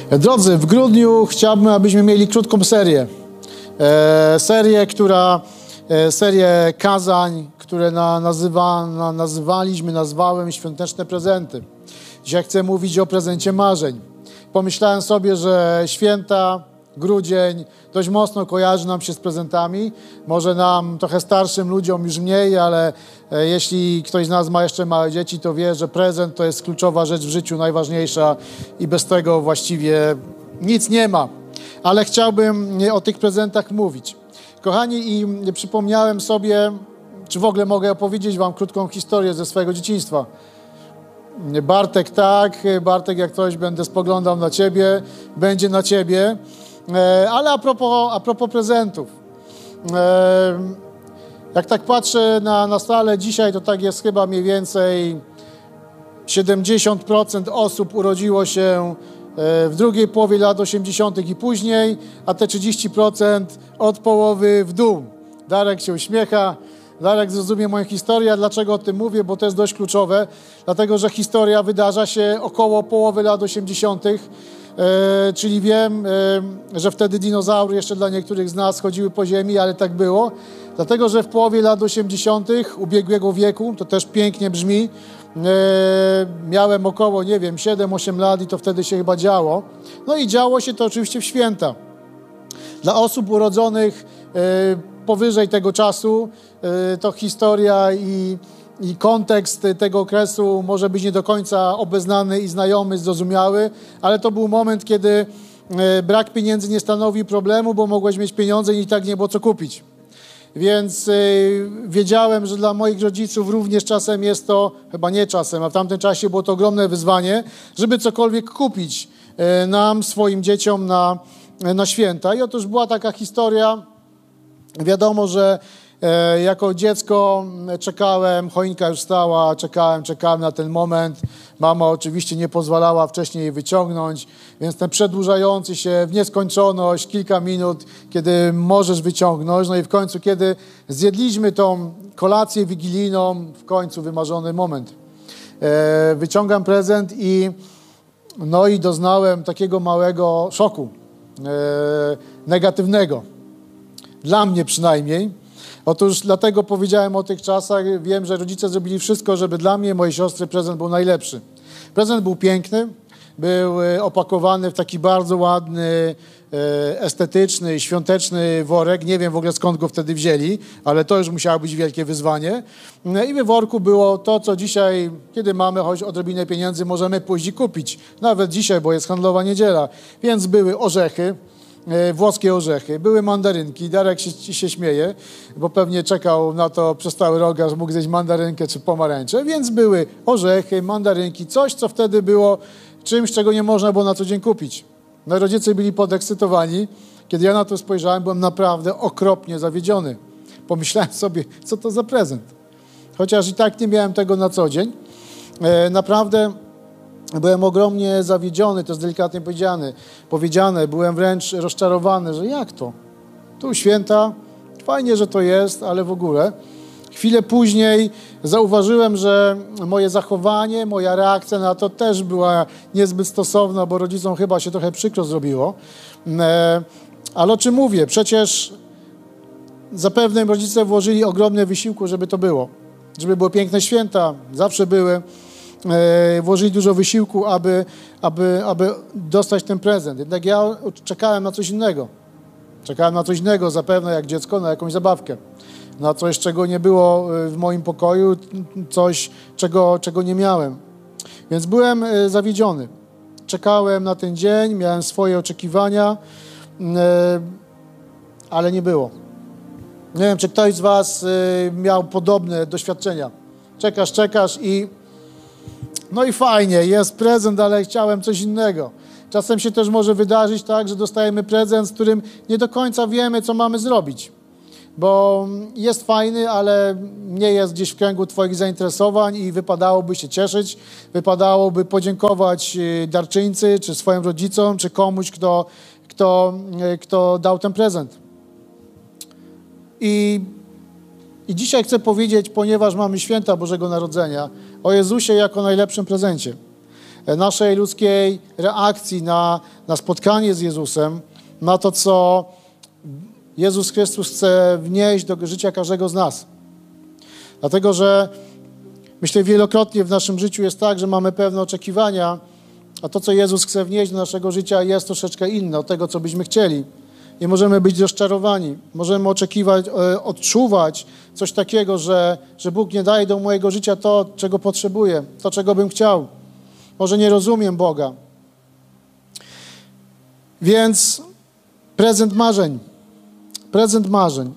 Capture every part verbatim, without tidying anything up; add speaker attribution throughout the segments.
Speaker 1: Drodzy, w grudniu chciałbym, abyśmy mieli krótką serię. E, serię, która, e, serię kazań, które na, nazywa, na, nazywaliśmy, nazwałem Świąteczne Prezenty. Dzisiaj chcę mówić o prezencie marzeń. Pomyślałem sobie, że święta, grudzień dość mocno kojarzy nam się z prezentami. Może nam, trochę starszym ludziom już mniej, ale e, jeśli ktoś z nas ma jeszcze małe dzieci, to wie, że prezent to jest kluczowa rzecz w życiu, najważniejsza i bez tego właściwie nic nie ma. Ale chciałbym o tych prezentach mówić. Kochani, i przypomniałem sobie, czy w ogóle mogę opowiedzieć wam krótką historię ze swojego dzieciństwa. Bartek tak, Bartek jak coś będę spoglądał na ciebie, będzie na ciebie. Ale a propos, a propos prezentów. Jak tak patrzę na, na salę dzisiaj, to tak jest chyba mniej więcej siedemdziesiąt procent osób urodziło się w drugiej połowie lat osiemdziesiątych i później, a te trzydzieści procent od połowy w dół. Darek się uśmiecha. Darek zrozumie moją historię. A dlaczego o tym mówię? Bo to jest dość kluczowe. Dlatego, że historia wydarza się około połowy lat osiemdziesiątych. E, czyli wiem, e, że wtedy dinozaury jeszcze dla niektórych z nas chodziły po ziemi, ale tak było. Dlatego, że w połowie lat osiemdziesiątych ubiegłego wieku, to też pięknie brzmi, e, miałem około, nie wiem, siedem osiem lat i to wtedy się chyba działo. No i działo się to oczywiście w święta. Dla osób urodzonych e, powyżej tego czasu, e, to historia i I kontekst tego okresu może być nie do końca obeznany i znajomy, zrozumiały, ale to był moment, kiedy brak pieniędzy nie stanowił problemu, bo mogłeś mieć pieniądze i tak nie było co kupić. Więc wiedziałem, że dla moich rodziców również czasem jest to, chyba nie czasem, a w tamtym czasie było to ogromne wyzwanie, żeby cokolwiek kupić nam, swoim dzieciom na, na święta. I otóż była taka historia, wiadomo, że E, jako dziecko czekałem, choinka już stała, czekałem, czekałem na ten moment. Mama oczywiście nie pozwalała wcześniej jej wyciągnąć, więc ten przedłużający się w nieskończoność, kilka minut, kiedy możesz wyciągnąć. No i w końcu, kiedy zjedliśmy tą kolację wigilijną, w końcu wymarzony moment. E, wyciągam prezent i, no i doznałem takiego małego szoku, e, negatywnego. Dla mnie przynajmniej. Otóż dlatego powiedziałem o tych czasach, wiem, że rodzice zrobili wszystko, żeby dla mnie, mojej siostry prezent był najlepszy. Prezent był piękny, był opakowany w taki bardzo ładny, estetyczny, świąteczny worek. Nie wiem w ogóle skąd go wtedy wzięli, ale to już musiało być wielkie wyzwanie. I w worku było to, co dzisiaj, kiedy mamy choć odrobinę pieniędzy, możemy pójść i kupić. Nawet dzisiaj, bo jest handlowa niedziela. Więc były orzechy, włoskie orzechy, były mandarynki. Darek się, się śmieje, bo pewnie czekał na to przez cały rok, aż mógł zjeść mandarynkę czy pomarańcze, więc były orzechy, mandarynki, coś, co wtedy było czymś, czego nie można było na co dzień kupić. No, rodzice byli podekscytowani. Kiedy ja na to spojrzałem, byłem naprawdę okropnie zawiedziony. Pomyślałem sobie, co to za prezent. Chociaż i tak nie miałem tego na co dzień. E, naprawdę byłem ogromnie zawiedziony, to jest delikatnie powiedziane. powiedziane. Byłem wręcz rozczarowany, że jak to? Tu święta, fajnie, że to jest, ale w ogóle. Chwilę później zauważyłem, że moje zachowanie, moja reakcja na to też była niezbyt stosowna, bo rodzicom chyba się trochę przykro zrobiło. Ale o czym mówię? Przecież zapewne rodzice włożyli ogromny wysiłku, żeby to było. Żeby były piękne święta, zawsze były. Włożyli dużo wysiłku, aby, aby, aby dostać ten prezent. Jednak ja czekałem na coś innego. Czekałem na coś innego, zapewne jak dziecko, na jakąś zabawkę. Na coś, czego nie było w moim pokoju, coś, czego, czego nie miałem. Więc byłem zawiedziony. Czekałem na ten dzień, miałem swoje oczekiwania, ale nie było. Nie wiem, czy ktoś z was miał podobne doświadczenia. Czekasz, czekasz i no i fajnie, jest prezent, ale chciałem coś innego. Czasem się też może wydarzyć tak, że dostajemy prezent, z którym nie do końca wiemy, co mamy zrobić. Bo jest fajny, ale nie jest gdzieś w kręgu twoich zainteresowań i wypadałoby się cieszyć, wypadałoby podziękować darczyńcy, czy swoim rodzicom, czy komuś, kto, kto, kto dał ten prezent. I I dzisiaj chcę powiedzieć, ponieważ mamy święta Bożego Narodzenia, o Jezusie jako najlepszym prezencie. naszej ludzkiej reakcji na, na spotkanie z Jezusem, na to, co Jezus Chrystus chce wnieść do życia każdego z nas. Dlatego, że myślę, wielokrotnie w naszym życiu jest tak, że mamy pewne oczekiwania, a to, co Jezus chce wnieść do naszego życia, jest troszeczkę inne od tego, co byśmy chcieli. I możemy być rozczarowani. Możemy oczekiwać, odczuwać coś takiego, że, że Bóg nie daje do mojego życia to, czego potrzebuję, to, czego bym chciał. Może nie rozumiem Boga. Więc prezent marzeń. Prezent marzeń.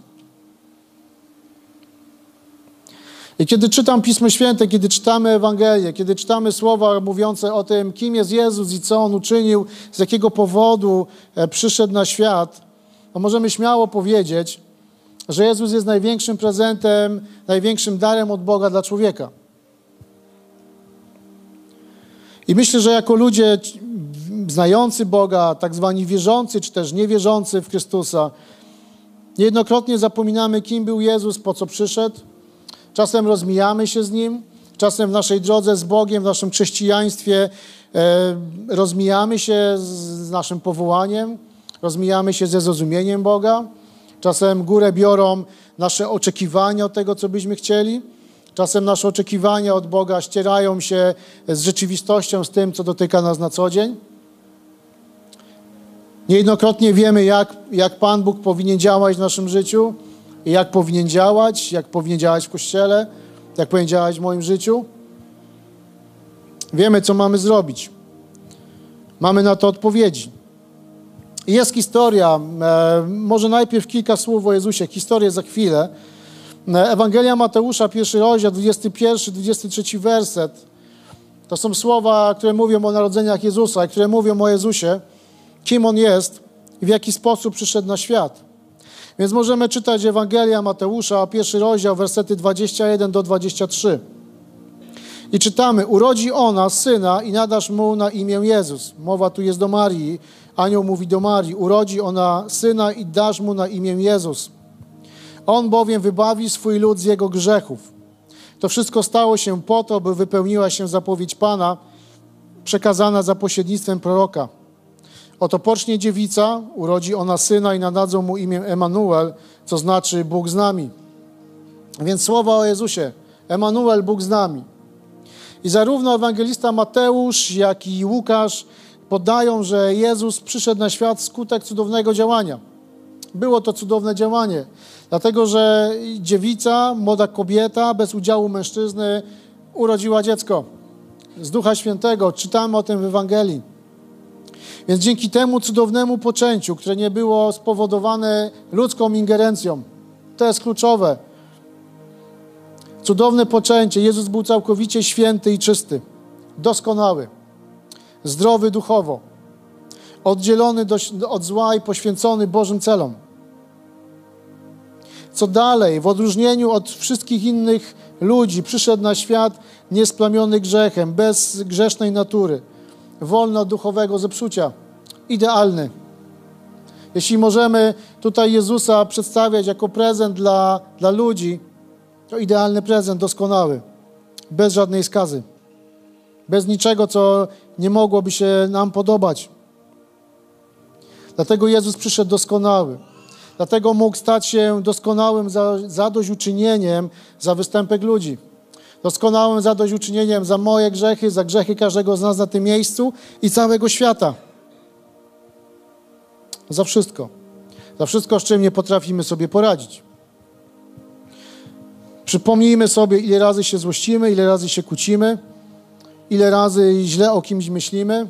Speaker 1: I kiedy czytam Pismo Święte, kiedy czytamy Ewangelię, kiedy czytamy słowa mówiące o tym, kim jest Jezus i co On uczynił, z jakiego powodu przyszedł na świat, to możemy śmiało powiedzieć, że Jezus jest największym prezentem, największym darem od Boga dla człowieka. I myślę, że jako ludzie znający Boga, tak zwani wierzący, czy też niewierzący w Chrystusa, niejednokrotnie zapominamy, kim był Jezus, po co przyszedł. Czasem rozmijamy się z Nim, czasem w naszej drodze z Bogiem, w naszym chrześcijaństwie e, rozmijamy się z naszym powołaniem, rozmijamy się ze zrozumieniem Boga. Czasem górę biorą nasze oczekiwania od tego, co byśmy chcieli. Czasem nasze oczekiwania od Boga ścierają się z rzeczywistością, z tym, co dotyka nas na co dzień. Niejednokrotnie wiemy, jak, jak Pan Bóg powinien działać w naszym życiu i jak powinien działać, jak powinien działać w Kościele, jak powinien działać w moim życiu. Wiemy, co mamy zrobić. Mamy na to odpowiedzi. Jest historia, e, może najpierw kilka słów o Jezusie, historię za chwilę. Ewangelia Mateusza, pierwszy rozdział, dwudziesty pierwszy, dwudziesty trzeci werset. To są słowa, które mówią o narodzeniach Jezusa, które mówią o Jezusie, kim On jest i w jaki sposób przyszedł na świat. Więc możemy czytać Ewangelia Mateusza, pierwszy rozdział, wersety dwudziesty pierwszy do dwudziestego trzeciego. I czytamy, urodzi ona syna i nadasz mu na imię Jezus. Mowa tu jest do Marii. Anioł mówi do Marii, urodzi ona syna i dasz mu na imię Jezus. On bowiem wybawi swój lud z jego grzechów. To wszystko stało się po to, by wypełniła się zapowiedź Pana, przekazana za pośrednictwem proroka. Oto pocznie dziewica, urodzi ona syna i nadadzą mu imię Emanuel, co znaczy Bóg z nami. Więc słowa o Jezusie, Emanuel, Bóg z nami. I zarówno ewangelista Mateusz, jak i Łukasz podają, że Jezus przyszedł na świat wskutek cudownego działania. Było to cudowne działanie, dlatego że dziewica, młoda kobieta, bez udziału mężczyzny, urodziła dziecko z Ducha Świętego. Czytamy o tym w Ewangelii. Więc dzięki temu cudownemu poczęciu, które nie było spowodowane ludzką ingerencją, to jest kluczowe. Cudowne poczęcie. Jezus był całkowicie święty i czysty, doskonały, zdrowy duchowo, oddzielony do, od zła i poświęcony Bożym celom. Co dalej? W odróżnieniu od wszystkich innych ludzi przyszedł na świat niesplamiony grzechem, bez grzesznej natury, wolny od duchowego zepsucia, idealny. Jeśli możemy tutaj Jezusa przedstawiać jako prezent dla, dla ludzi, to idealny prezent, doskonały, bez żadnej skazy, bez niczego, co nie mogłoby się nam podobać. Dlatego Jezus przyszedł doskonały. Dlatego mógł stać się doskonałym za, zadośćuczynieniem za występek ludzi. Doskonałym zadośćuczynieniem za moje grzechy, za grzechy każdego z nas na tym miejscu i całego świata. Za wszystko. Za wszystko, z czym nie potrafimy sobie poradzić. Przypomnijmy sobie, ile razy się złościmy, ile razy się kłócimy, ile razy źle o kimś myślimy,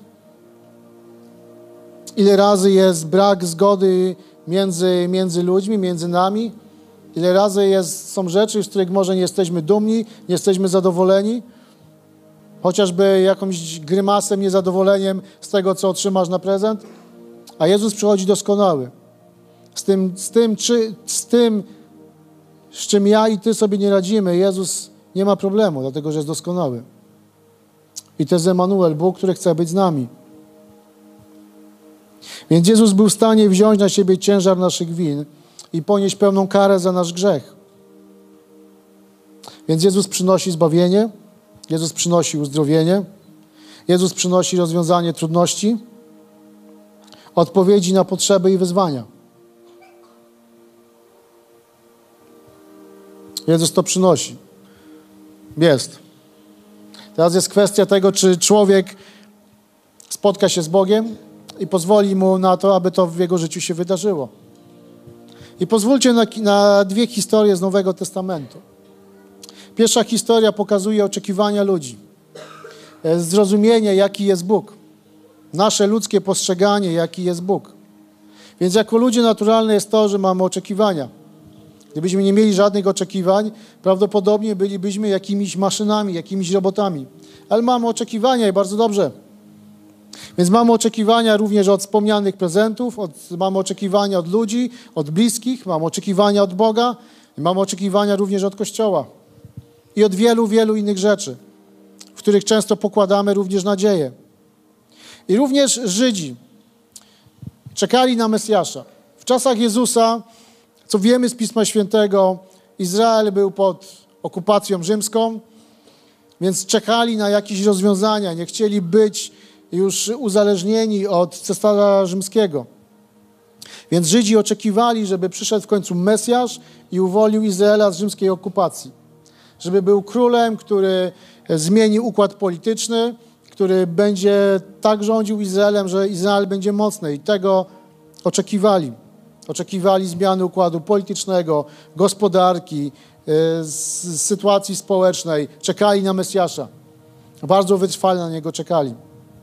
Speaker 1: ile razy jest brak zgody między, między ludźmi, między nami, ile razy jest, są rzeczy, z których może nie jesteśmy dumni, nie jesteśmy zadowoleni, chociażby jakąś grymasem, niezadowoleniem z tego, co otrzymasz na prezent, a Jezus przychodzi doskonały. Z tym, z tym, czy, z tym, z czym ja i ty sobie nie radzimy, Jezus nie ma problemu, dlatego że jest doskonały. I to jest Emanuel, Bóg, który chce być z nami. Więc Jezus był w stanie wziąć na siebie ciężar naszych win i ponieść pełną karę za nasz grzech. Więc Jezus przynosi zbawienie, Jezus przynosi uzdrowienie, Jezus przynosi rozwiązanie trudności, odpowiedzi na potrzeby i wyzwania. Jezus to przynosi. Jest. Teraz jest kwestia tego, czy człowiek spotka się z Bogiem i pozwoli Mu na to, aby to w jego życiu się wydarzyło. I pozwólcie na, na dwie historie z Nowego Testamentu. Pierwsza historia pokazuje oczekiwania ludzi. Zrozumienie, jaki jest Bóg. Nasze ludzkie postrzeganie, jaki jest Bóg. Więc jako ludzie naturalne jest to, że mamy oczekiwania. Gdybyśmy nie mieli żadnych oczekiwań, prawdopodobnie bylibyśmy jakimiś maszynami, jakimiś robotami. Ale mamy oczekiwania i bardzo dobrze. Więc mamy oczekiwania również od wspomnianych prezentów, od, mamy oczekiwania od ludzi, od bliskich, mamy oczekiwania od Boga i mamy oczekiwania również od Kościoła. I od wielu, wielu innych rzeczy, w których często pokładamy również nadzieję. I również Żydzi czekali na Mesjasza. W czasach Jezusa, co wiemy z Pisma Świętego, Izrael był pod okupacją rzymską, więc czekali na jakieś rozwiązania, nie chcieli być już uzależnieni od cesarza rzymskiego. Więc Żydzi oczekiwali, żeby przyszedł w końcu Mesjasz i uwolnił Izraela z rzymskiej okupacji. Żeby był królem, który zmieni układ polityczny, który będzie tak rządził Izraelem, że Izrael będzie mocny. I tego oczekiwali. Oczekiwali zmiany układu politycznego, gospodarki, z sytuacji społecznej. Czekali na Mesjasza. Bardzo wytrwale na niego czekali.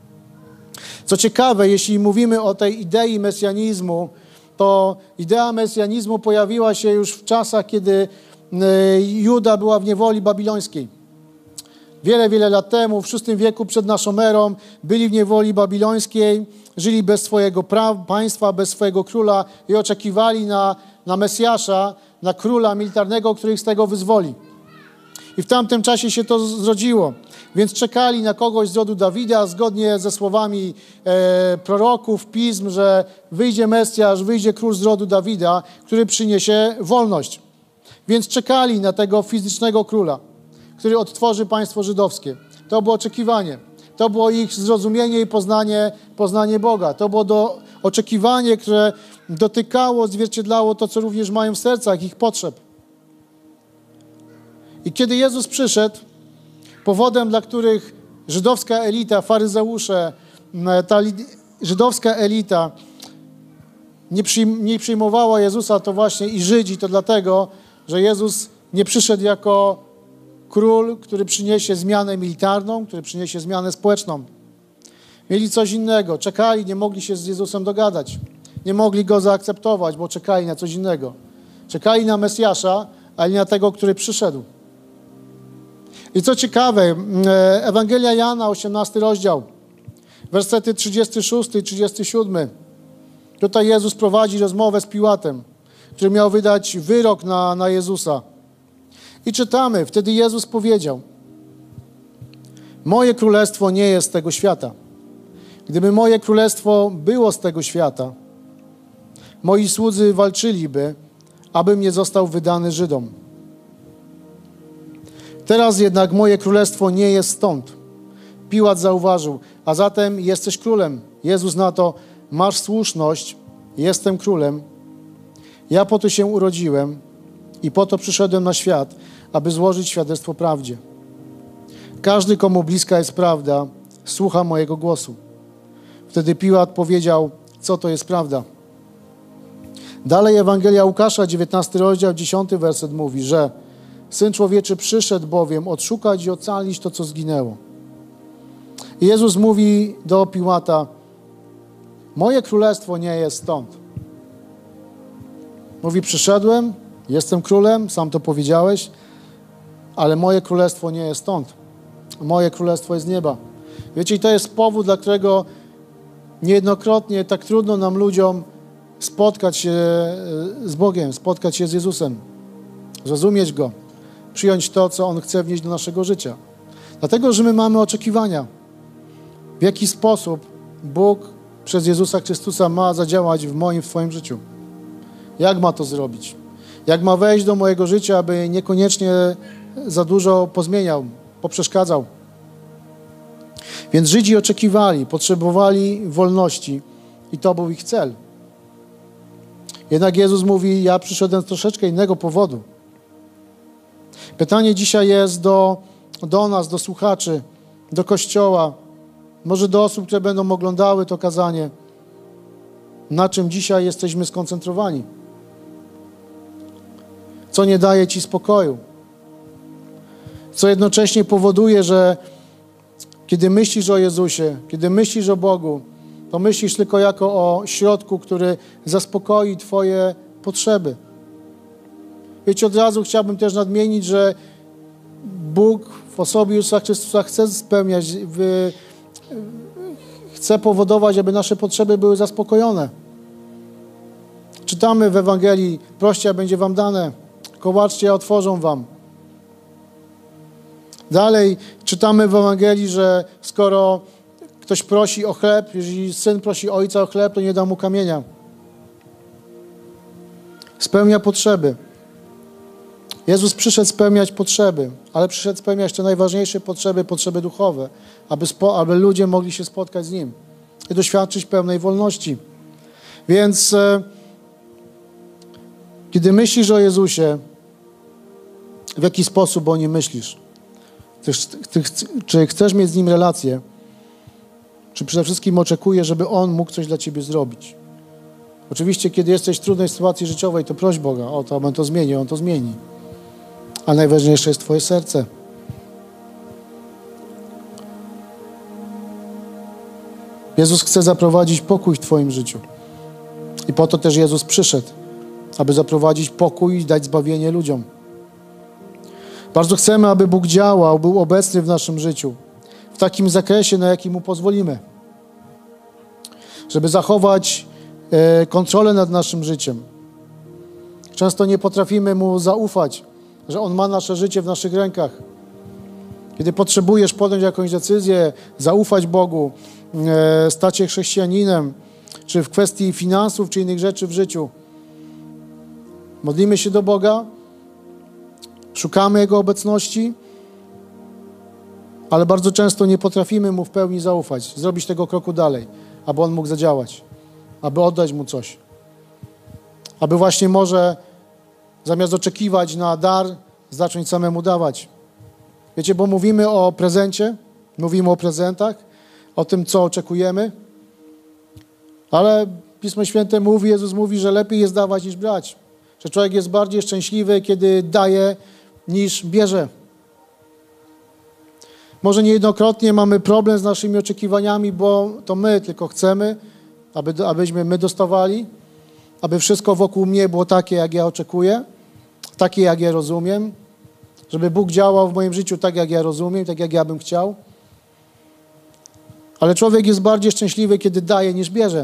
Speaker 1: Co ciekawe, jeśli mówimy o tej idei mesjanizmu, to idea mesjanizmu pojawiła się już w czasach, kiedy Juda była w niewoli babilońskiej. Wiele, wiele lat temu, w szóstym wieku przed naszą erą, byli w niewoli babilońskiej, żyli bez swojego pra- państwa, bez swojego króla i oczekiwali na, na Mesjasza, na króla militarnego, który ich z tego wyzwoli. I w tamtym czasie się to zrodziło. Więc czekali na kogoś z rodu Dawida, zgodnie ze słowami e, proroków, pism, że wyjdzie Mesjasz, wyjdzie król z rodu Dawida, który przyniesie wolność. Więc czekali na tego fizycznego króla, który odtworzy państwo żydowskie. To było oczekiwanie. To było ich zrozumienie i poznanie, poznanie Boga. To było do, oczekiwanie, które dotykało, odzwierciedlało to, co również mają w sercach, ich potrzeb. I kiedy Jezus przyszedł, powodem, dla których żydowska elita, faryzeusze, ta żydowska elita nie, przyjm- nie przyjmowała Jezusa, to właśnie i Żydzi, to dlatego, że Jezus nie przyszedł jako król, który przyniesie zmianę militarną, który przyniesie zmianę społeczną. Mieli coś innego, czekali, nie mogli się z Jezusem dogadać. Nie mogli Go zaakceptować, bo czekali na coś innego. Czekali na Mesjasza, ale nie na tego, który przyszedł. I co ciekawe, Ewangelia Jana, osiemnasty rozdział, wersety trzydziesty szósty i trzydziesty siódmy. Tutaj Jezus prowadzi rozmowę z Piłatem, który miał wydać wyrok na, na Jezusa. I czytamy, wtedy Jezus powiedział: moje królestwo nie jest z tego świata. Gdyby moje królestwo było z tego świata, moi słudzy walczyliby, abym nie został wydany Żydom. Teraz jednak moje królestwo nie jest stąd. Piłat zauważył, a zatem jesteś królem. Jezus na to: masz słuszność, jestem królem. Ja po to się urodziłem i po to przyszedłem na świat, aby złożyć świadectwo prawdzie. Każdy, komu bliska jest prawda, słucha mojego głosu. Wtedy Piłat powiedział: co to jest prawda? Dalej Ewangelia Łukasza, dziewiętnasty rozdział, dziesiąty werset mówi, że Syn Człowieczy przyszedł bowiem odszukać i ocalić to, co zginęło. I Jezus mówi do Piłata: moje królestwo nie jest stąd. Mówi: przyszedłem, jestem królem, sam to powiedziałeś, ale moje królestwo nie jest stąd. Moje królestwo jest z nieba. Wiecie, i to jest powód, dla którego niejednokrotnie tak trudno nam ludziom spotkać się z Bogiem, spotkać się z Jezusem, zrozumieć Go, przyjąć to, co On chce wnieść do naszego życia. Dlatego, że my mamy oczekiwania. W jaki sposób Bóg przez Jezusa Chrystusa ma zadziałać w moim, w Twoim życiu. Jak ma to zrobić? Jak ma wejść do mojego życia, aby niekoniecznie za dużo pozmieniał, poprzeszkadzał. Więc Żydzi oczekiwali, potrzebowali wolności i to był ich cel. Jednak Jezus mówi, ja przyszedłem z troszeczkę innego powodu. Pytanie dzisiaj jest do, do nas, do słuchaczy, do Kościoła, może do osób, które będą oglądały to kazanie. Na czym dzisiaj jesteśmy skoncentrowani? Co nie daje Ci spokoju? Co jednocześnie powoduje, że kiedy myślisz o Jezusie, kiedy myślisz o Bogu, to myślisz tylko jako o środku, który zaspokoi Twoje potrzeby. Wiecie, od razu chciałbym też nadmienić, że Bóg w osobie Jezusa Chrystusa chce spełniać, w, chce powodować, aby nasze potrzeby były zaspokojone. Czytamy w Ewangelii, proście, a będzie wam dane, kołaczcie, a otworzą wam. Dalej czytamy w Ewangelii, że skoro ktoś prosi o chleb, jeżeli syn prosi ojca o chleb, to nie da mu kamienia. Spełnia potrzeby. Jezus przyszedł spełniać potrzeby, ale przyszedł spełniać te najważniejsze potrzeby, potrzeby duchowe, aby, spo, aby ludzie mogli się spotkać z Nim i doświadczyć pełnej wolności. Więc e, kiedy myślisz o Jezusie, w jaki sposób o Nim myślisz? Ty, ty, czy chcesz mieć z Nim relację? Czy przede wszystkim oczekujesz, żeby On mógł coś dla Ciebie zrobić? Oczywiście, kiedy jesteś w trudnej sytuacji życiowej, to proś Boga o to, aby On to zmienił, On to zmieni. A najważniejsze jest Twoje serce. Jezus chce zaprowadzić pokój w Twoim życiu. I po to też Jezus przyszedł, aby zaprowadzić pokój i dać zbawienie ludziom. Bardzo chcemy, aby Bóg działał, był obecny w naszym życiu, w takim zakresie, na jaki Mu pozwolimy. Żeby zachować e, kontrolę nad naszym życiem. Często nie potrafimy Mu zaufać, że On ma nasze życie w naszych rękach. Kiedy potrzebujesz podjąć jakąś decyzję, zaufać Bogu, e, stać się chrześcijaninem, czy w kwestii finansów, czy innych rzeczy w życiu, modlimy się do Boga, szukamy Jego obecności, ale bardzo często nie potrafimy Mu w pełni zaufać, zrobić tego kroku dalej, aby On mógł zadziałać, aby oddać Mu coś. Aby właśnie może zamiast oczekiwać na dar, zacząć samemu dawać. Wiecie, bo mówimy o prezencie, mówimy o prezentach, o tym, co oczekujemy, ale Pismo Święte mówi, Jezus mówi, że lepiej jest dawać niż brać. Że człowiek jest bardziej szczęśliwy, kiedy daje, niż bierze. Może niejednokrotnie mamy problem z naszymi oczekiwaniami, bo to my tylko chcemy, aby, abyśmy my dostawali, aby wszystko wokół mnie było takie, jak ja oczekuję, takie, jak ja rozumiem, żeby Bóg działał w moim życiu tak, jak ja rozumiem, tak, jak ja bym chciał. Ale człowiek jest bardziej szczęśliwy, kiedy daje, niż bierze.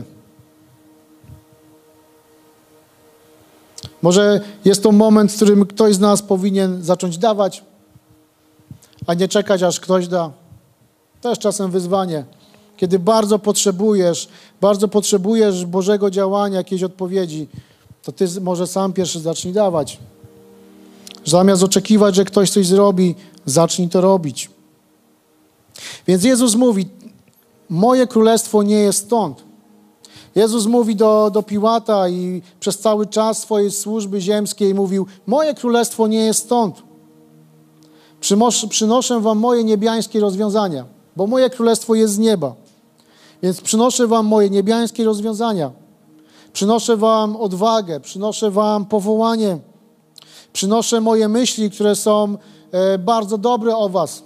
Speaker 1: Może jest to moment, w którym ktoś z nas powinien zacząć dawać, a nie czekać, aż ktoś da. To jest czasem wyzwanie. Kiedy bardzo potrzebujesz, bardzo potrzebujesz Bożego działania, jakiejś odpowiedzi, to ty może sam pierwszy zacznij dawać. Zamiast oczekiwać, że ktoś coś zrobi, zacznij to robić. Więc Jezus mówi, moje królestwo nie jest stąd. Jezus mówi do, do Piłata i przez cały czas swojej służby ziemskiej mówił, moje królestwo nie jest stąd. Przynoszę, przynoszę wam moje niebiańskie rozwiązania, bo moje królestwo jest z nieba. Więc przynoszę wam moje niebiańskie rozwiązania. Przynoszę wam odwagę, przynoszę wam powołanie. Przynoszę moje myśli, które są e, bardzo dobre o was.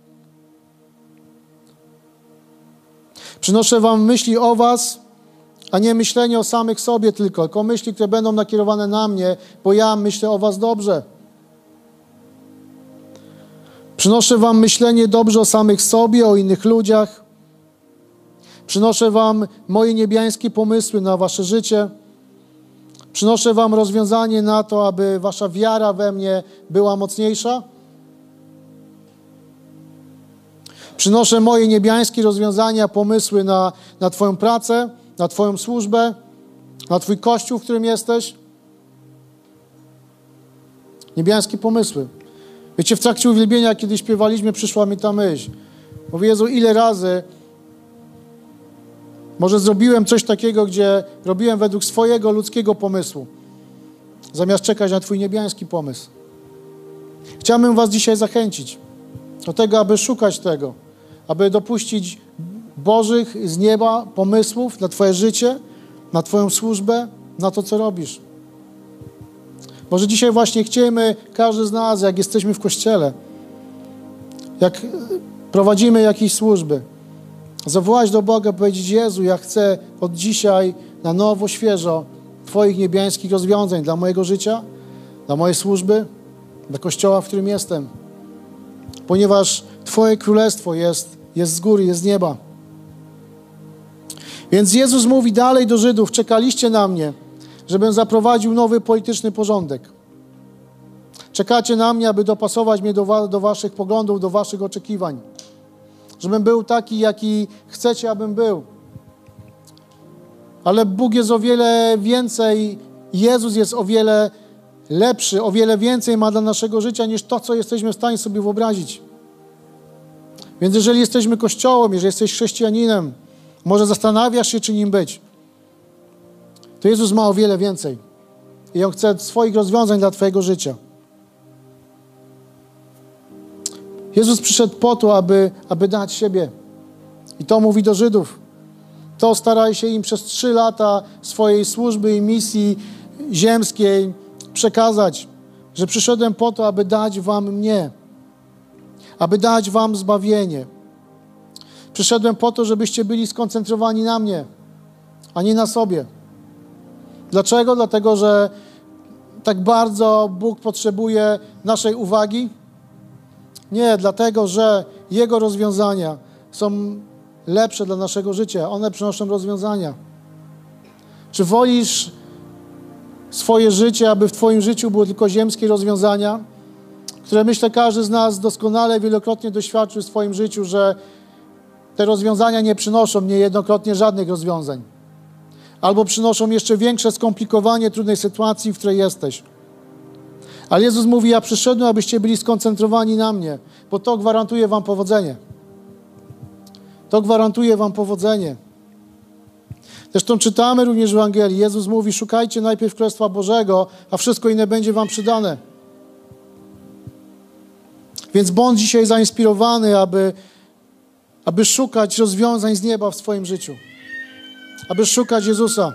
Speaker 1: Przynoszę wam myśli o was, a nie myślenie o samych sobie tylko, tylko myśli, które będą nakierowane na mnie, bo ja myślę o was dobrze. Przynoszę wam myślenie dobrze o samych sobie, o innych ludziach. Przynoszę wam moje niebiańskie pomysły na wasze życie. Przynoszę wam rozwiązanie na to, aby wasza wiara we mnie była mocniejsza. Przynoszę moje niebiańskie rozwiązania, pomysły na, na twoją pracę, na twoją służbę, na twój kościół, w którym jesteś. Niebiańskie pomysły. Wiecie, w trakcie uwielbienia, kiedy śpiewaliśmy, przyszła mi ta myśl. Mówię, Jezu, ile razy Może zrobiłem coś takiego, gdzie robiłem według swojego ludzkiego pomysłu, zamiast czekać na Twój niebiański pomysł. Chciałbym Was dzisiaj zachęcić do tego, aby szukać tego, aby dopuścić Bożych z nieba pomysłów na Twoje życie, na Twoją służbę, na to, co robisz. Może dzisiaj właśnie chcemy, każdy z nas, jak jesteśmy w Kościele, jak prowadzimy jakieś służby, zawołać do Boga, powiedzieć: Jezu, ja chcę od dzisiaj na nowo, świeżo Twoich niebiańskich rozwiązań dla mojego życia, dla mojej służby, dla Kościoła, w którym jestem. Ponieważ Twoje królestwo jest, jest z góry, jest z nieba. Więc Jezus mówi dalej do Żydów: czekaliście na mnie, żebym zaprowadził nowy polityczny porządek. Czekacie na mnie, aby dopasować mnie do, wa- do waszych poglądów, do waszych oczekiwań. Żebym był taki, jaki chcecie, abym był. Ale Bóg jest o wiele więcej, Jezus jest o wiele lepszy, o wiele więcej ma dla naszego życia niż to, co jesteśmy w stanie sobie wyobrazić. Więc jeżeli jesteśmy Kościołem, jeżeli jesteś chrześcijaninem, może zastanawiasz się, czy nim być, to Jezus ma o wiele więcej. I On chce swoich rozwiązań dla Twojego życia. Jezus przyszedł po to, aby, aby dać siebie. I to mówi do Żydów. To staraj się im przez trzy lata swojej służby i misji ziemskiej przekazać, że przyszedłem po to, aby dać wam mnie, aby dać wam zbawienie. Przyszedłem po to, żebyście byli skoncentrowani na mnie, a nie na sobie. Dlaczego? Dlatego, że tak bardzo Bóg potrzebuje naszej uwagi? Nie, dlatego, że Jego rozwiązania są lepsze dla naszego życia. One przynoszą rozwiązania. Czy wolisz swoje życie, aby w Twoim życiu były tylko ziemskie rozwiązania, które, myślę, każdy z nas doskonale, wielokrotnie doświadczył w swoim życiu, że te rozwiązania nie przynoszą niejednokrotnie żadnych rozwiązań. Albo przynoszą jeszcze większe skomplikowanie trudnej sytuacji, w której jesteś. Ale Jezus mówi: ja przyszedłem, abyście byli skoncentrowani na mnie, bo to gwarantuje wam powodzenie. To gwarantuje wam powodzenie. Zresztą czytamy również w Ewangelii. Jezus mówi: szukajcie najpierw Królestwa Bożego, a wszystko inne będzie wam przydane. Więc bądź dzisiaj zainspirowany, aby, aby szukać rozwiązań z nieba w swoim życiu. Aby szukać Jezusa.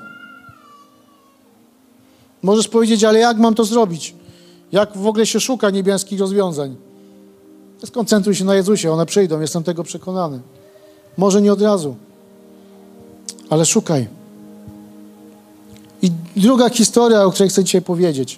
Speaker 1: Możesz powiedzieć: ale jak mam to zrobić? Jak w ogóle się szuka niebieskich rozwiązań? Skoncentruj się na Jezusie, one przyjdą, jestem tego przekonany. Może nie od razu, ale szukaj. I druga historia, o której chcę dzisiaj powiedzieć.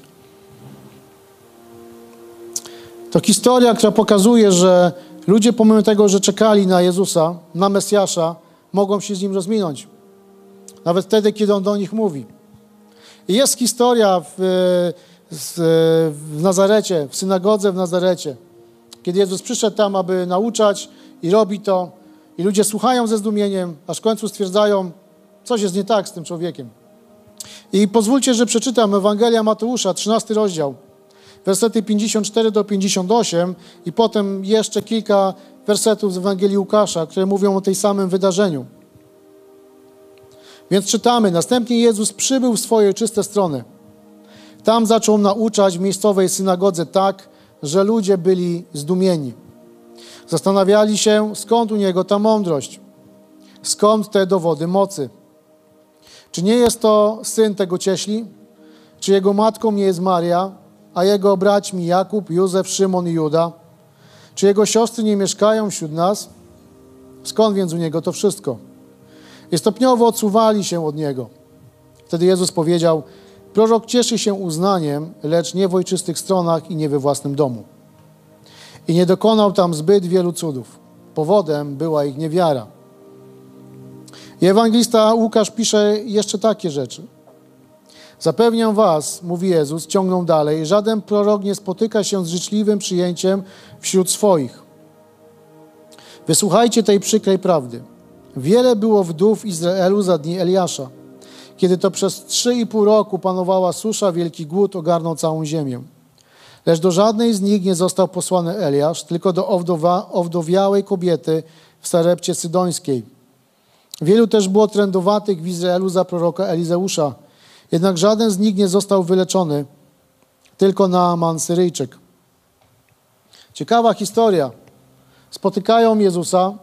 Speaker 1: To historia, która pokazuje, że ludzie, pomimo tego, że czekali na Jezusa, na Mesjasza, mogą się z Nim rozminąć. Nawet wtedy, kiedy On do nich mówi. I jest historia w, w, w Nazarecie, w synagodze w Nazarecie, kiedy Jezus przyszedł tam, aby nauczać i robi to. I ludzie słuchają ze zdumieniem, aż w końcu stwierdzają: coś jest nie tak z tym człowiekiem. I pozwólcie, że przeczytam Ewangelia Mateusza, trzynasty rozdział, wersety pięćdziesiąt cztery do pięćdziesiąt osiem i potem jeszcze kilka wersetów z Ewangelii Łukasza, które mówią o tej samym wydarzeniu. Więc czytamy: następnie Jezus przybył w swoje czyste strony. Tam zaczął nauczać w miejscowej synagodze tak, że ludzie byli zdumieni. Zastanawiali się, skąd u Niego ta mądrość, skąd te dowody mocy. Czy nie jest to syn tego cieśli? Czy jego matką nie jest Maria, a jego braćmi Jakub, Józef, Szymon i Juda? Czy jego siostry nie mieszkają wśród nas? Skąd więc u Niego to wszystko? I stopniowo odsuwali się od Niego. Wtedy Jezus powiedział: prorok cieszy się uznaniem, lecz nie w ojczystych stronach i nie we własnym domu. I nie dokonał tam zbyt wielu cudów. Powodem była ich niewiara. I ewangelista Łukasz pisze jeszcze takie rzeczy. Zapewniam was, mówi Jezus, ciągną dalej, żaden prorok nie spotyka się z życzliwym przyjęciem wśród swoich. Wysłuchajcie tej przykrej prawdy. Wiele było wdów w Izraelu za dni Eliasza, kiedy to przez trzy i pół roku panowała susza, wielki głód ogarnął całą ziemię. Lecz do żadnej z nich nie został posłany Eliasz, tylko do owdowa, owdowiałej kobiety w Sarepcie Sydońskiej. Wielu też było trędowatych w Izraelu za proroka Elizeusza. Jednak żaden z nich nie został wyleczony, tylko Naaman Syryjczyk. Ciekawa historia. Spotykają Jezusa.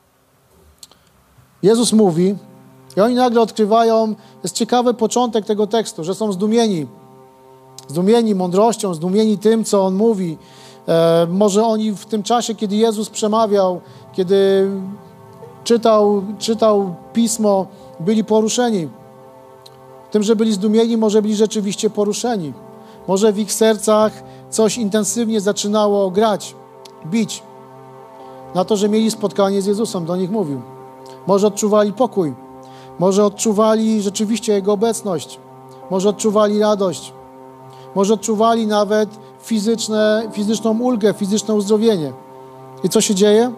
Speaker 1: Jezus mówi i oni nagle odkrywają, jest ciekawy początek tego tekstu, że są zdumieni. Zdumieni mądrością, zdumieni tym, co On mówi. E, może oni w tym czasie, kiedy Jezus przemawiał, kiedy czytał, czytał Pismo, byli poruszeni. Tym, że byli zdumieni, może byli rzeczywiście poruszeni. Może w ich sercach coś intensywnie zaczynało grać, bić. Na to, że mieli spotkanie z Jezusem, do nich mówił. Może odczuwali pokój. Może odczuwali rzeczywiście Jego obecność. Może odczuwali radość. Może odczuwali nawet fizyczne, fizyczną ulgę, fizyczne uzdrowienie. I co się dzieje?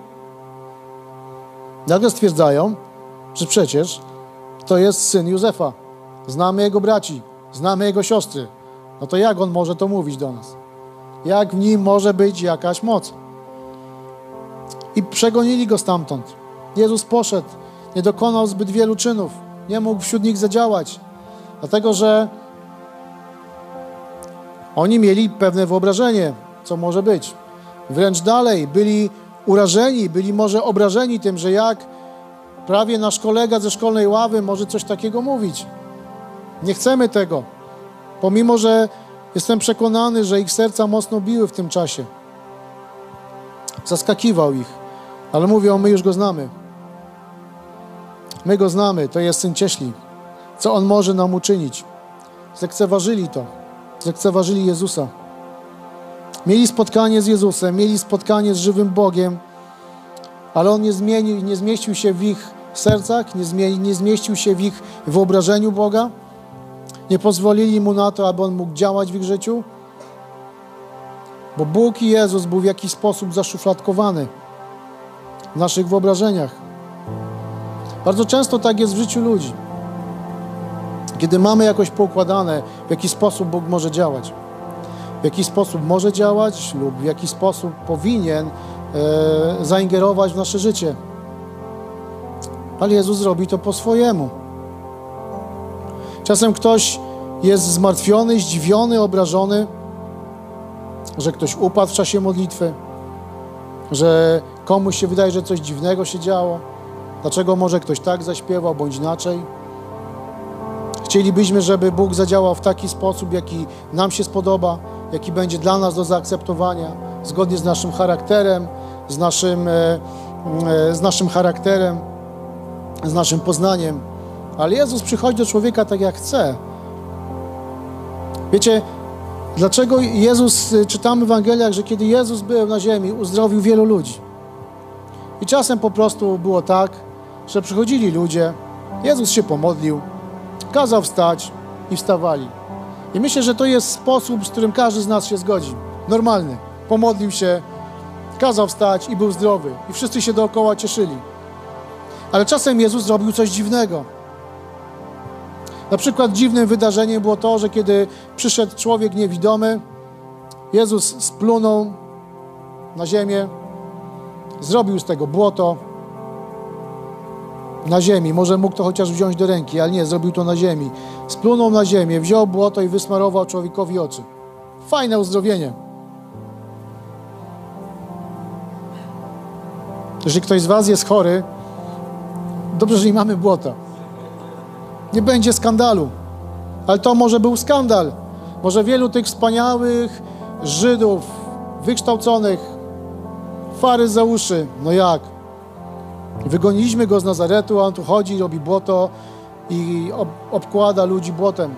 Speaker 1: Nagle stwierdzają, że przecież to jest syn Józefa. Znamy jego braci, znamy jego siostry. No to jak on może to mówić do nas? Jak w nim może być jakaś moc? I przegonili go stamtąd. Jezus poszedł, nie dokonał zbyt wielu czynów, nie mógł wśród nich zadziałać, dlatego że oni mieli pewne wyobrażenie, co może być. Wręcz dalej, byli urażeni, byli może obrażeni tym, że jak prawie nasz kolega ze szkolnej ławy może coś takiego mówić. Nie chcemy tego, pomimo że jestem przekonany, że ich serca mocno biły w tym czasie. Zaskakiwał ich, ale mówią, my już go znamy. My go znamy, to jest Syn Cieśli. Co On może nam uczynić? Zlekceważyli to. Zlekceważyli Jezusa. Mieli spotkanie z Jezusem, mieli spotkanie z żywym Bogiem, ale On nie zmienił, nie zmieścił się w ich sercach, nie, zmie, nie zmieścił się w ich wyobrażeniu Boga. Nie pozwolili Mu na to, aby On mógł działać w ich życiu, bo Bóg i Jezus był w jakiś sposób zaszufladkowany w naszych wyobrażeniach. Bardzo często tak jest w życiu ludzi. Kiedy mamy jakoś poukładane, w jaki sposób Bóg może działać, w jaki sposób może działać lub w jaki sposób powinien e, zaingerować w nasze życie. Ale Jezus robi to po swojemu. Czasem ktoś jest zmartwiony, zdziwiony, obrażony, że ktoś upadł w czasie modlitwy, że komuś się wydaje, że coś dziwnego się działo. Dlaczego może ktoś tak zaśpiewał, bądź inaczej? Chcielibyśmy, żeby Bóg zadziałał w taki sposób, jaki nam się spodoba, jaki będzie dla nas do zaakceptowania, zgodnie z naszym charakterem, z naszym, z naszym charakterem, z naszym poznaniem. Ale Jezus przychodzi do człowieka tak, jak chce. Wiecie, dlaczego Jezus, czytamy w Ewangeliach, że kiedy Jezus był na ziemi, uzdrowił wielu ludzi. I czasem po prostu było tak, że przychodzili ludzie, Jezus się pomodlił, kazał wstać i wstawali. I myślę, że to jest sposób, z którym każdy z nas się zgodzi. Normalny. Pomodlił się, kazał wstać i był zdrowy. I wszyscy się dookoła cieszyli. Ale czasem Jezus zrobił coś dziwnego. Na przykład dziwnym wydarzeniem było to, że kiedy przyszedł człowiek niewidomy, Jezus splunął na ziemię, zrobił z tego błoto na ziemi. Może mógł to chociaż wziąć do ręki, ale nie, zrobił to na ziemi. Splunął na ziemię, wziął błoto i wysmarował człowiekowi oczy. Fajne uzdrowienie. Jeżeli ktoś z was jest chory, dobrze, że nie mamy błota. Nie będzie skandalu. Ale to może był skandal. Może wielu tych wspaniałych Żydów, wykształconych, faryzeuszy, no jak? Wygoniliśmy go z Nazaretu, a on tu chodzi, robi błoto i ob obkłada ludzi błotem.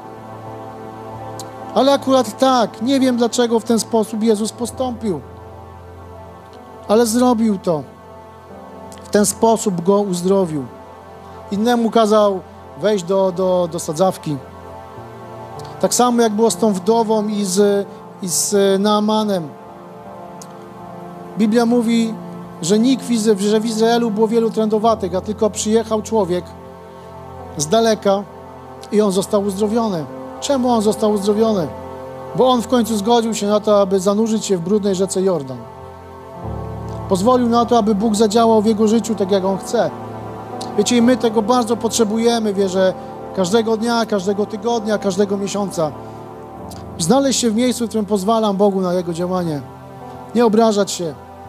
Speaker 1: Ale akurat tak, nie wiem dlaczego w ten sposób Jezus postąpił. Ale zrobił to. W ten sposób go uzdrowił. Innemu kazał wejść do, do, do sadzawki. Tak samo jak było z tą wdową i z, i z Naamanem. Biblia mówi, że nikt, że w Izraelu było wielu trędowatych, a tylko przyjechał człowiek z daleka i on został uzdrowiony. Czemu on został uzdrowiony? Bo on w końcu zgodził się na to, aby zanurzyć się w brudnej rzece Jordan. Pozwolił na to, aby Bóg zadziałał w jego życiu tak, jak on chce. Wiecie, i my tego bardzo potrzebujemy, wierzę, każdego dnia, każdego tygodnia, każdego miesiąca. Znaleźć się w miejscu, w którym pozwalam Bogu na Jego działanie. Nie obrażać się.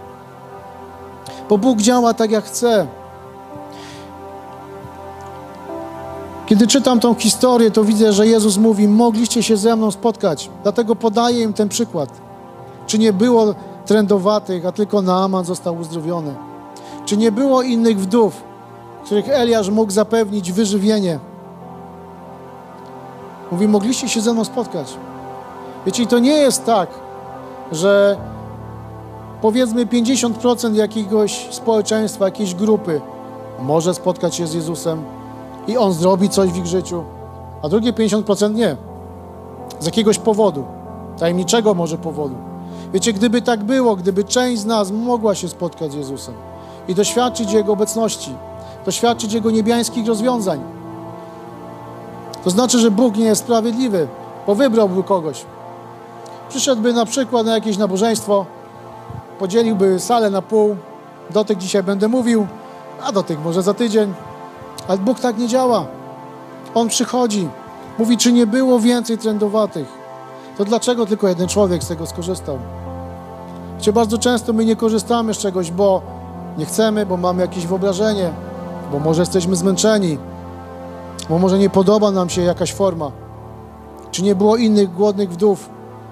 Speaker 1: Bo Bóg działa tak, jak chce. Kiedy czytam tą historię, to widzę, że Jezus mówi, mogliście się ze mną spotkać. Dlatego podaję im ten przykład. Czy nie było trędowatych, a tylko Naaman został uzdrowiony? Czy nie było innych wdów, których Eliasz mógł zapewnić wyżywienie? Mówi, mogliście się ze mną spotkać. Wiecie, to nie jest tak, że powiedzmy pięćdziesiąt procent jakiegoś społeczeństwa, jakiejś grupy może spotkać się z Jezusem i On zrobi coś w ich życiu, a drugie pięćdziesiąt procent nie. Z jakiegoś powodu, tajemniczego może powodu. Wiecie, gdyby tak było, gdyby część z nas mogła się spotkać z Jezusem i doświadczyć Jego obecności, doświadczyć Jego niebiańskich rozwiązań, to znaczy, że Bóg nie jest sprawiedliwy, bo wybrałby kogoś. Przyszedłby na przykład na jakieś nabożeństwo, podzieliłby salę na pół, do tych dzisiaj będę mówił, a do tych może za tydzień. Ale Bóg tak nie działa. On przychodzi, mówi, czy nie było więcej trędowatych? To dlaczego tylko jeden człowiek z tego skorzystał? Wiecie, bardzo często my nie korzystamy z czegoś, bo nie chcemy, bo mamy jakieś wyobrażenie, bo może jesteśmy zmęczeni, bo może nie podoba nam się jakaś forma. Czy nie było innych głodnych wdów?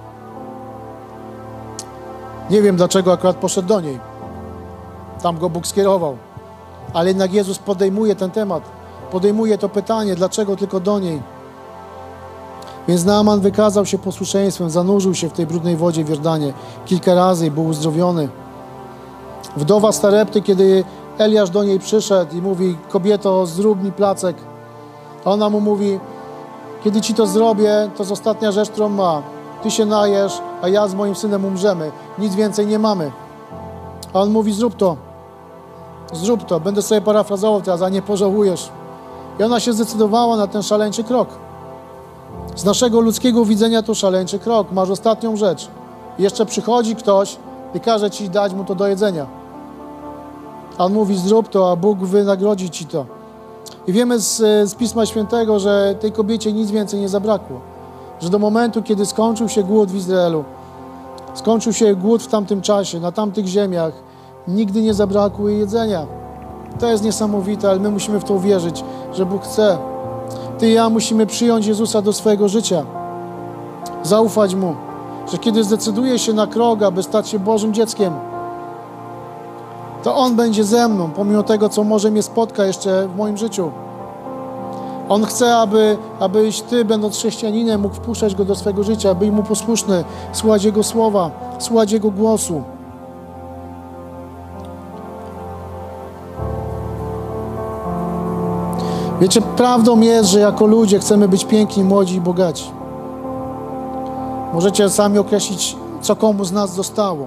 Speaker 1: Nie wiem, dlaczego akurat poszedł do niej. Tam go Bóg skierował. Ale jednak Jezus podejmuje ten temat. Podejmuje to pytanie, dlaczego tylko do niej. Więc Naaman wykazał się posłuszeństwem, zanurzył się w tej brudnej wodzie w Jordanie kilka razy i był uzdrowiony. Wdowa Sarepty, kiedy Eliasz do niej przyszedł i mówi, kobieto, zrób mi placek. A ona mu mówi, kiedy ci to zrobię, to jest ostatnia rzecz, którą ma. Ty się najesz, a ja z moim synem umrzemy. Nic więcej nie mamy. A on mówi, zrób to. Zrób to. Będę sobie parafrazował teraz, a nie pożałujesz. I ona się zdecydowała na ten szaleńczy krok. Z naszego ludzkiego widzenia to szaleńczy krok. Masz ostatnią rzecz. I jeszcze przychodzi ktoś i każe ci dać mu to do jedzenia. A on mówi, zrób to, a Bóg wynagrodzi ci to. I wiemy z, z Pisma Świętego, że tej kobiecie nic więcej nie zabrakło. Że do momentu, kiedy skończył się głód w Izraelu, skończył się głód w tamtym czasie, na tamtych ziemiach, nigdy nie zabrakło jej jedzenia. To jest niesamowite, ale my musimy w to uwierzyć, że Bóg chce. Ty i ja musimy przyjąć Jezusa do swojego życia. Zaufać Mu, że kiedy zdecyduje się na krok, aby stać się Bożym dzieckiem, to On będzie ze mną, pomimo tego, co może mnie spotka jeszcze w moim życiu. On chce, aby, abyś Ty, będąc chrześcijaninem, mógł wpuszczać Go do swojego życia, być Mu posłuszny, słuchać Jego słowa, słuchać Jego głosu. Wiecie, prawdą jest, że jako ludzie chcemy być piękni, młodzi i bogaci. Możecie sami określić, co komu z nas zostało.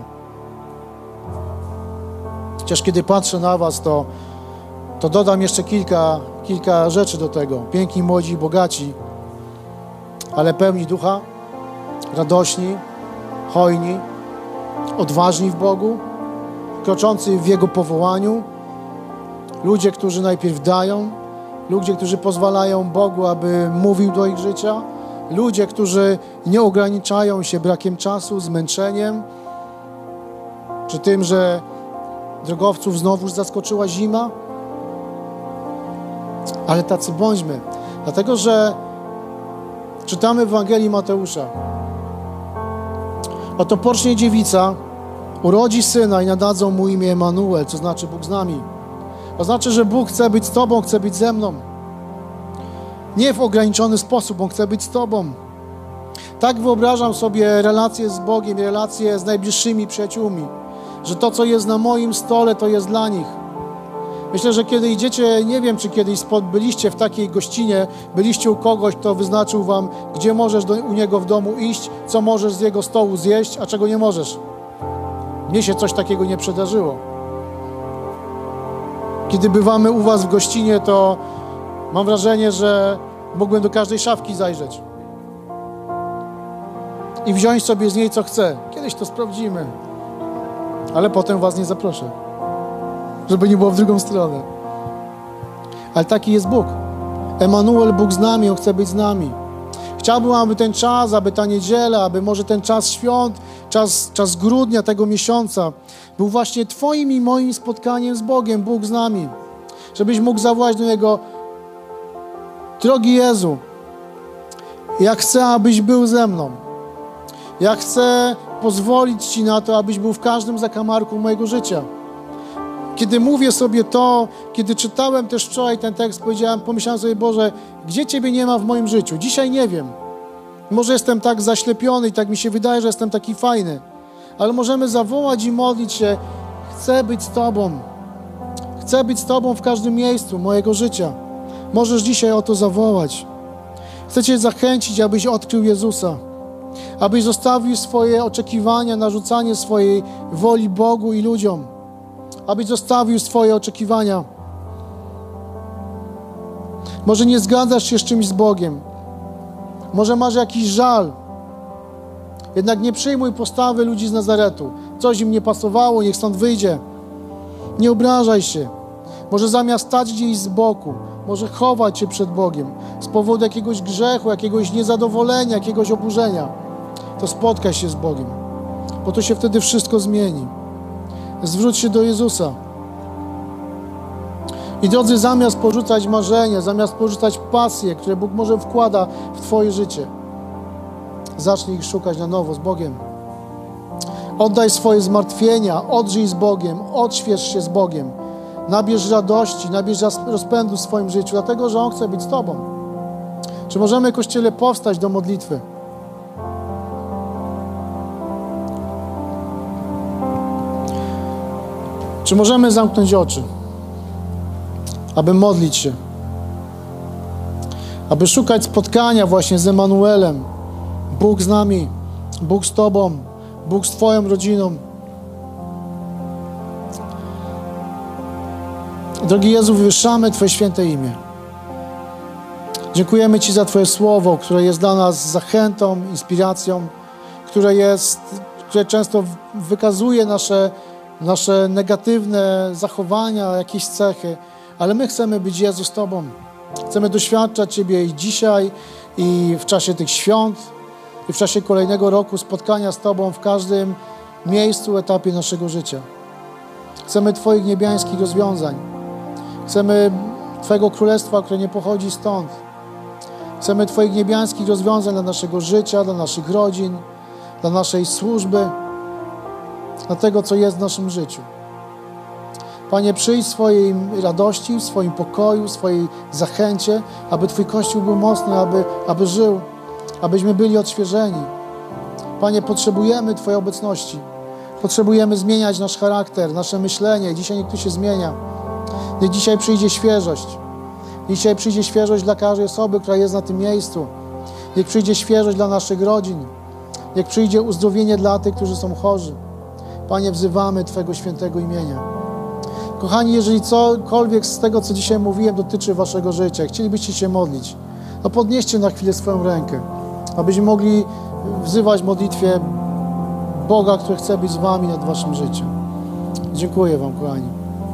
Speaker 1: Chociaż kiedy patrzę na was, to, to dodam jeszcze kilka, kilka rzeczy do tego. Piękni, młodzi i bogaci, ale pełni ducha, radośni, hojni, odważni w Bogu, kroczący w Jego powołaniu. Ludzie, którzy najpierw dają, ludzie, którzy pozwalają Bogu, aby mówił do ich życia, ludzie, którzy nie ograniczają się brakiem czasu, zmęczeniem, czy tym, że drogowców znowuż zaskoczyła zima. Ale tacy bądźmy, dlatego że czytamy w Ewangelii Mateusza. Oto pocznie dziewica, urodzi syna i nadadzą mu imię Emanuel, co znaczy Bóg z nami. To znaczy, że Bóg chce być z Tobą, chce być ze mną. Nie w ograniczony sposób, On chce być z Tobą. Tak wyobrażam sobie relacje z Bogiem, relacje z najbliższymi przyjaciółmi, że to, co jest na moim stole, to jest dla nich. Myślę, że kiedy idziecie, nie wiem, czy kiedyś byliście w takiej gościnie, byliście u kogoś, kto wyznaczył wam, gdzie możesz do, u niego w domu iść, co możesz z jego stołu zjeść, a czego nie możesz. Mnie się coś takiego nie przydarzyło. Kiedy bywamy u was w gościnie, to mam wrażenie, że mógłbym do każdej szafki zajrzeć i wziąć sobie z niej, co chcę. Kiedyś to sprawdzimy, ale potem was nie zaproszę, żeby nie było w drugą stronę. Ale taki jest Bóg. Emanuel, Bóg z nami, On chce być z nami. Chciałbym, aby ten czas, aby ta niedziela, aby może ten czas świąt, czas, czas grudnia tego miesiąca był właśnie Twoim i moim spotkaniem z Bogiem, Bóg z nami. Żebyś mógł zawołać do Niego: drogi Jezu, ja chcę, abyś był ze mną. Ja chcę pozwolić Ci na to, abyś był w każdym zakamarku mojego życia. Kiedy mówię sobie to, kiedy czytałem też wczoraj ten tekst, powiedziałem, pomyślałem sobie: Boże, gdzie Ciebie nie ma w moim życiu? Dzisiaj nie wiem. Może jestem tak zaślepiony i tak mi się wydaje, że jestem taki fajny. Ale możemy zawołać i modlić się: chcę być z Tobą. Chcę być z Tobą w każdym miejscu mojego życia. Możesz dzisiaj o to zawołać. Chcę Cię zachęcić, abyś odkrył Jezusa. Abyś zostawił swoje oczekiwania, narzucanie swojej woli Bogu i ludziom. Abyś zostawił swoje oczekiwania. Może nie zgadzasz się z czymś z Bogiem. Może masz jakiś żal. Jednak nie przyjmuj postawy ludzi z Nazaretu. Coś im nie pasowało, niech stąd wyjdzie. Nie obrażaj się. Może zamiast stać gdzieś z boku, może chować się przed Bogiem z powodu jakiegoś grzechu, jakiegoś niezadowolenia, jakiegoś oburzenia, to spotkaj się z Bogiem, bo to się wtedy wszystko zmieni. Zwróć się do Jezusa. I drodzy, zamiast porzucać marzenia, zamiast porzucać pasje, które Bóg może wkłada w Twoje życie, zacznij ich szukać na nowo z Bogiem. Oddaj swoje zmartwienia, odżyj z Bogiem, odśwież się z Bogiem. Nabierz radości, nabierz rozpędu w swoim życiu, dlatego że On chce być z Tobą. Czy możemy, Kościele, powstać do modlitwy? Czy możemy zamknąć oczy, aby modlić się, aby szukać spotkania właśnie z Emanuelem, Bóg z nami, Bóg z Tobą, Bóg z Twoją rodziną. Drogi Jezu, wywyższamy Twoje święte imię. Dziękujemy Ci za Twoje słowo, które jest dla nas zachętą, inspiracją, które jest, które często wykazuje nasze, nasze negatywne zachowania, jakieś cechy, ale my chcemy być, Jezu, z Tobą. Chcemy doświadczać Ciebie i dzisiaj, i w czasie tych świąt, i w czasie kolejnego roku spotkania z Tobą w każdym miejscu, etapie naszego życia. Chcemy Twoich niebiańskich rozwiązań. Chcemy Twojego Królestwa, które nie pochodzi stąd. Chcemy Twoich niebiańskich rozwiązań dla naszego życia, dla naszych rodzin, dla naszej służby, dla tego, co jest w naszym życiu. Panie, przyjdź w swojej radości, w swoim pokoju, w swojej zachęcie, aby Twój Kościół był mocny, aby, aby żył, abyśmy byli odświeżeni. Panie, potrzebujemy Twojej obecności. Potrzebujemy zmieniać nasz charakter, nasze myślenie. Dzisiaj niech tu się zmienia. Niech dzisiaj przyjdzie świeżość. Dzisiaj przyjdzie świeżość dla każdej osoby, która jest na tym miejscu. Niech przyjdzie świeżość dla naszych rodzin. Niech przyjdzie uzdrowienie dla tych, którzy są chorzy. Panie, wzywamy Twojego świętego imienia. Kochani, jeżeli cokolwiek z tego, co dzisiaj mówiłem, dotyczy Waszego życia, chcielibyście się modlić, no podnieście na chwilę swoją rękę, abyśmy mogli wzywać w modlitwie Boga, który chce być z Wami nad Waszym życiem. Dziękuję Wam, kochani.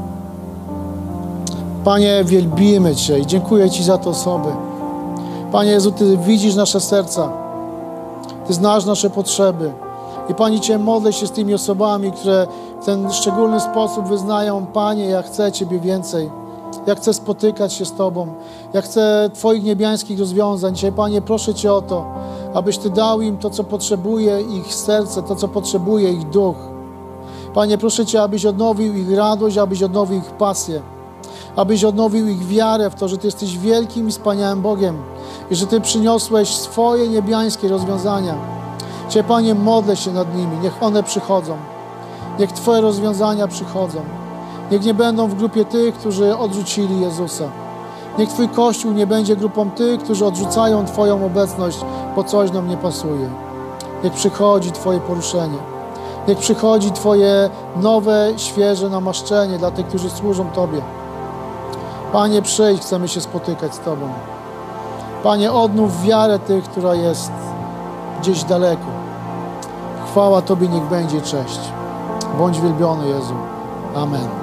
Speaker 1: Panie, wielbimy Cię i dziękuję Ci za te osoby. Panie Jezu, Ty widzisz nasze serca. Ty znasz nasze potrzeby. I Panie, Cię modlę się z tymi osobami, które w ten szczególny sposób wyznają: Panie, ja chcę Ciebie więcej. Ja chcę spotykać się z Tobą. Ja chcę Twoich niebiańskich rozwiązań. Dzisiaj, Panie, proszę Cię o to, abyś Ty dał im to, co potrzebuje ich serce, to, co potrzebuje ich duch. Panie, proszę Cię, abyś odnowił ich radość, abyś odnowił ich pasję, abyś odnowił ich wiarę w to, że Ty jesteś wielkim i wspaniałym Bogiem i że Ty przyniosłeś swoje niebiańskie rozwiązania. Cię, Panie, modlę się nad nimi. Niech one przychodzą. Niech Twoje rozwiązania przychodzą. Niech nie będą w grupie tych, którzy odrzucili Jezusa. Niech Twój Kościół nie będzie grupą tych, którzy odrzucają Twoją obecność, bo coś nam nie pasuje. Niech przychodzi Twoje poruszenie. Niech przychodzi Twoje nowe, świeże namaszczenie dla tych, którzy służą Tobie. Panie, przyjdź, chcemy się spotykać z Tobą. Panie, odnów wiarę tych, która jest gdzieś daleko. Chwała Tobie niech będzie, cześć. Bądź wielbiony, Jezu. Amen.